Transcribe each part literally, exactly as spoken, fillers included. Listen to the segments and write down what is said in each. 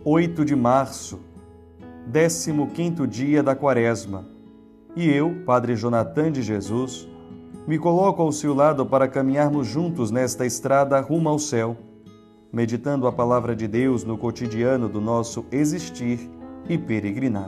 oito de março, décimo quinto dia da Quaresma, e eu, Padre Jonathan de Jesus, me coloco ao seu lado para caminharmos juntos nesta estrada rumo ao céu, meditando a palavra de Deus no cotidiano do nosso existir e peregrinar.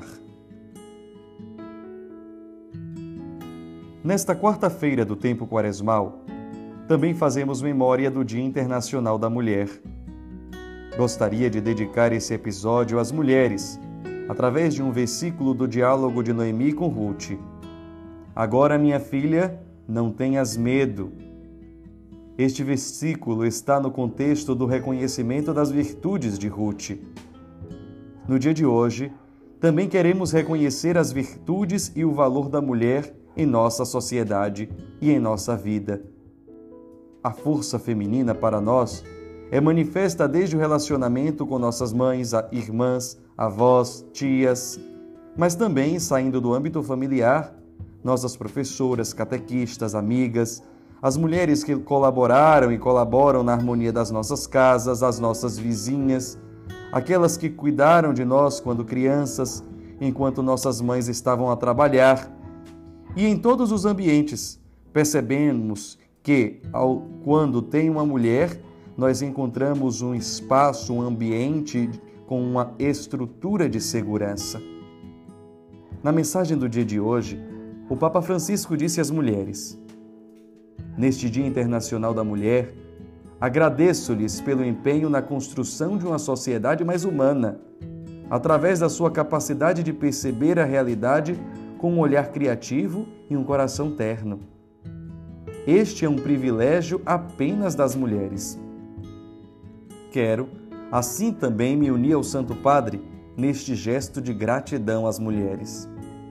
Nesta quarta-feira do tempo quaresmal, também fazemos memória do Dia Internacional da Mulher. Gostaria de dedicar esse episódio às mulheres, através de um versículo do diálogo de Noemi com Ruth. Agora, minha filha, não tenhas medo. Este versículo está no contexto do reconhecimento das virtudes de Ruth. No dia de hoje, também queremos reconhecer as virtudes e o valor da mulher em nossa sociedade e em nossa vida. A força feminina para nós é manifesta desde o relacionamento com nossas mães, irmãs, avós, tias, mas também, saindo do âmbito familiar, nossas professoras, catequistas, amigas, as mulheres que colaboraram e colaboram na harmonia das nossas casas, as nossas vizinhas, aquelas que cuidaram de nós quando crianças, enquanto nossas mães estavam a trabalhar. E em todos os ambientes, percebemos que, ao, quando tem uma mulher, nós encontramos um espaço, um ambiente com uma estrutura de segurança. Na mensagem do dia de hoje, o Papa Francisco disse às mulheres: neste Dia Internacional da Mulher, agradeço-lhes pelo empenho na construção de uma sociedade mais humana, através da sua capacidade de perceber a realidade com um olhar criativo e um coração terno. Este é um privilégio apenas das mulheres. Quero, assim também, me unir ao Santo Padre neste gesto de gratidão às mulheres.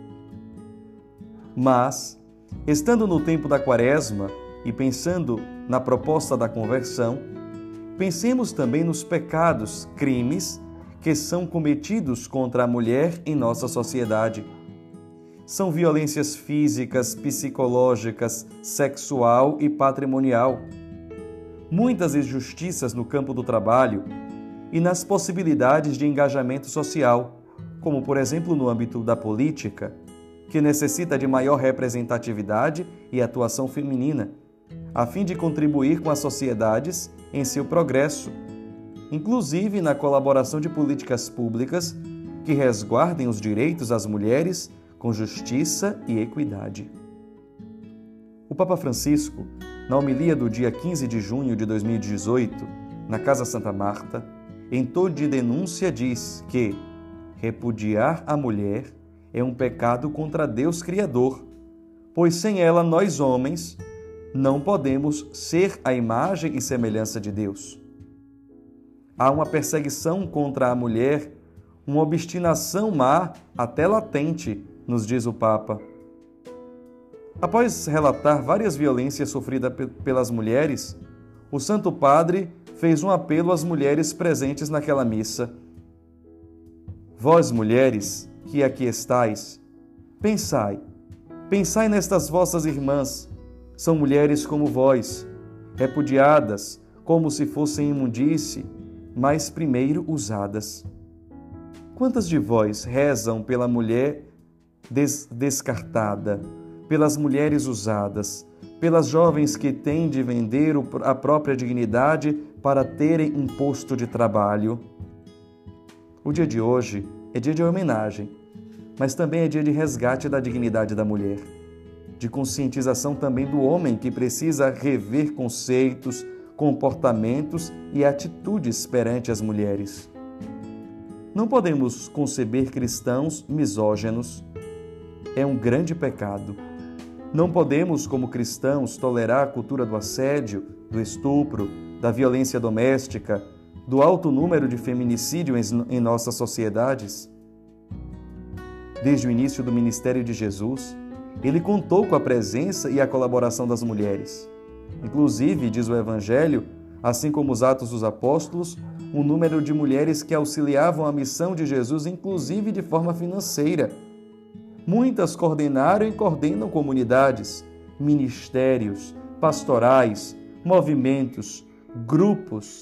Mas, estando no tempo da Quaresma e pensando na proposta da conversão, pensemos também nos pecados, crimes que são cometidos contra a mulher em nossa sociedade. São violências físicas, psicológicas, sexual e patrimonial. Muitas injustiças no campo do trabalho e nas possibilidades de engajamento social, como, por exemplo, no âmbito da política, que necessita de maior representatividade e atuação feminina, a fim de contribuir com as sociedades em seu progresso, inclusive na colaboração de políticas públicas que resguardem os direitos das mulheres com justiça e equidade. O Papa Francisco, na homilia do dia quinze de junho de dois mil e dezoito, na Casa Santa Marta, em tom de denúncia diz que repudiar a mulher é um pecado contra Deus Criador, pois sem ela nós homens não podemos ser a imagem e semelhança de Deus. Há uma perseguição contra a mulher, uma obstinação má, até latente, nos diz o Papa. Após relatar várias violências sofridas pelas mulheres, o Santo Padre fez um apelo às mulheres presentes naquela missa. Vós, mulheres, que aqui estáis, pensai, pensai nestas vossas irmãs, são mulheres como vós, repudiadas como se fossem imundície, mas primeiro usadas. Quantas de vós rezam pela mulher des- descartada, pelas mulheres usadas, pelas jovens que têm de vender a própria dignidade para terem um posto de trabalho? O dia de hoje é dia de homenagem, mas também é dia de resgate da dignidade da mulher, de conscientização também do homem que precisa rever conceitos, comportamentos e atitudes perante as mulheres. Não podemos conceber cristãos misóginos. É um grande pecado. Não podemos, como cristãos, tolerar a cultura do assédio, do estupro, da violência doméstica, do alto número de feminicídio em nossas sociedades. Desde o início do ministério de Jesus, ele contou com a presença e a colaboração das mulheres. Inclusive, diz o Evangelho, assim como os Atos dos Apóstolos, um número de mulheres que auxiliavam a missão de Jesus, inclusive de forma financeira. Muitas coordenaram e coordenam comunidades, ministérios, pastorais, movimentos, grupos,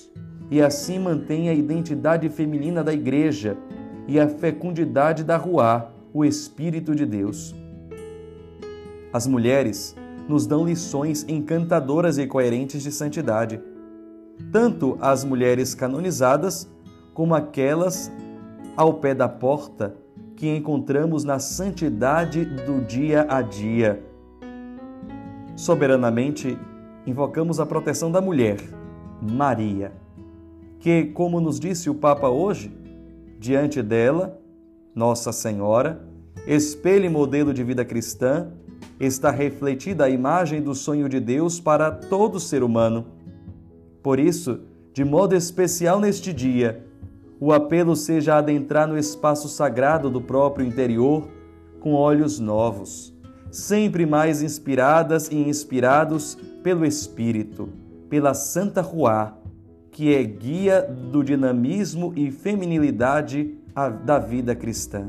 e assim mantém a identidade feminina da Igreja e a fecundidade da Ruá, o Espírito de Deus. As mulheres nos dão lições encantadoras e coerentes de santidade, tanto as mulheres canonizadas como aquelas ao pé da porta que encontramos na santidade do dia a dia. Soberanamente, invocamos a proteção da mulher, Maria, que, como nos disse o Papa hoje, diante dela, Nossa Senhora, espelho e modelo de vida cristã, está refletida a imagem do sonho de Deus para todo ser humano. Por isso, de modo especial neste dia, o apelo seja adentrar no espaço sagrado do próprio interior com olhos novos, sempre mais inspiradas e inspirados pelo Espírito, pela Santa Ruá, que é guia do dinamismo e feminilidade da vida cristã.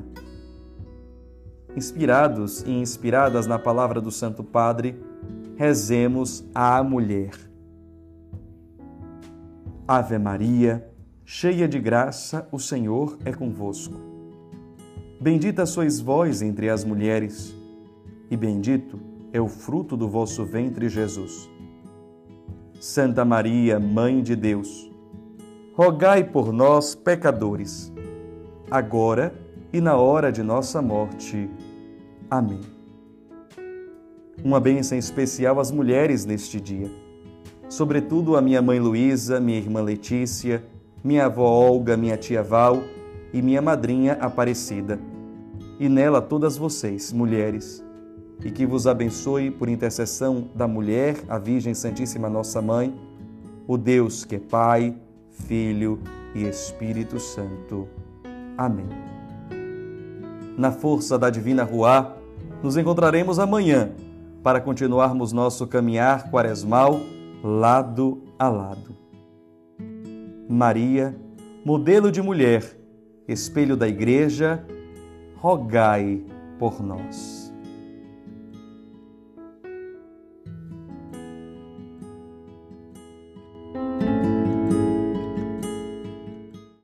Inspirados e inspiradas na palavra do Santo Padre, rezemos à mulher. Ave Maria, cheia de graça, o Senhor é convosco. Bendita sois vós entre as mulheres, e bendito é o fruto do vosso ventre, Jesus. Santa Maria, Mãe de Deus, rogai por nós, pecadores, agora e na hora de nossa morte. Amém. Uma bênção especial às mulheres neste dia, sobretudo a minha mãe Luísa, minha irmã Letícia, minha avó Olga, minha tia Val e minha madrinha Aparecida. E nela todas vocês, mulheres, e que vos abençoe por intercessão da mulher, a Virgem Santíssima Nossa Mãe, o Deus que é Pai, Filho e Espírito Santo. Amém. Na força da Divina Ruá, nos encontraremos amanhã para continuarmos nosso caminhar quaresmal lado a lado. Maria, modelo de mulher, espelho da Igreja, rogai por nós.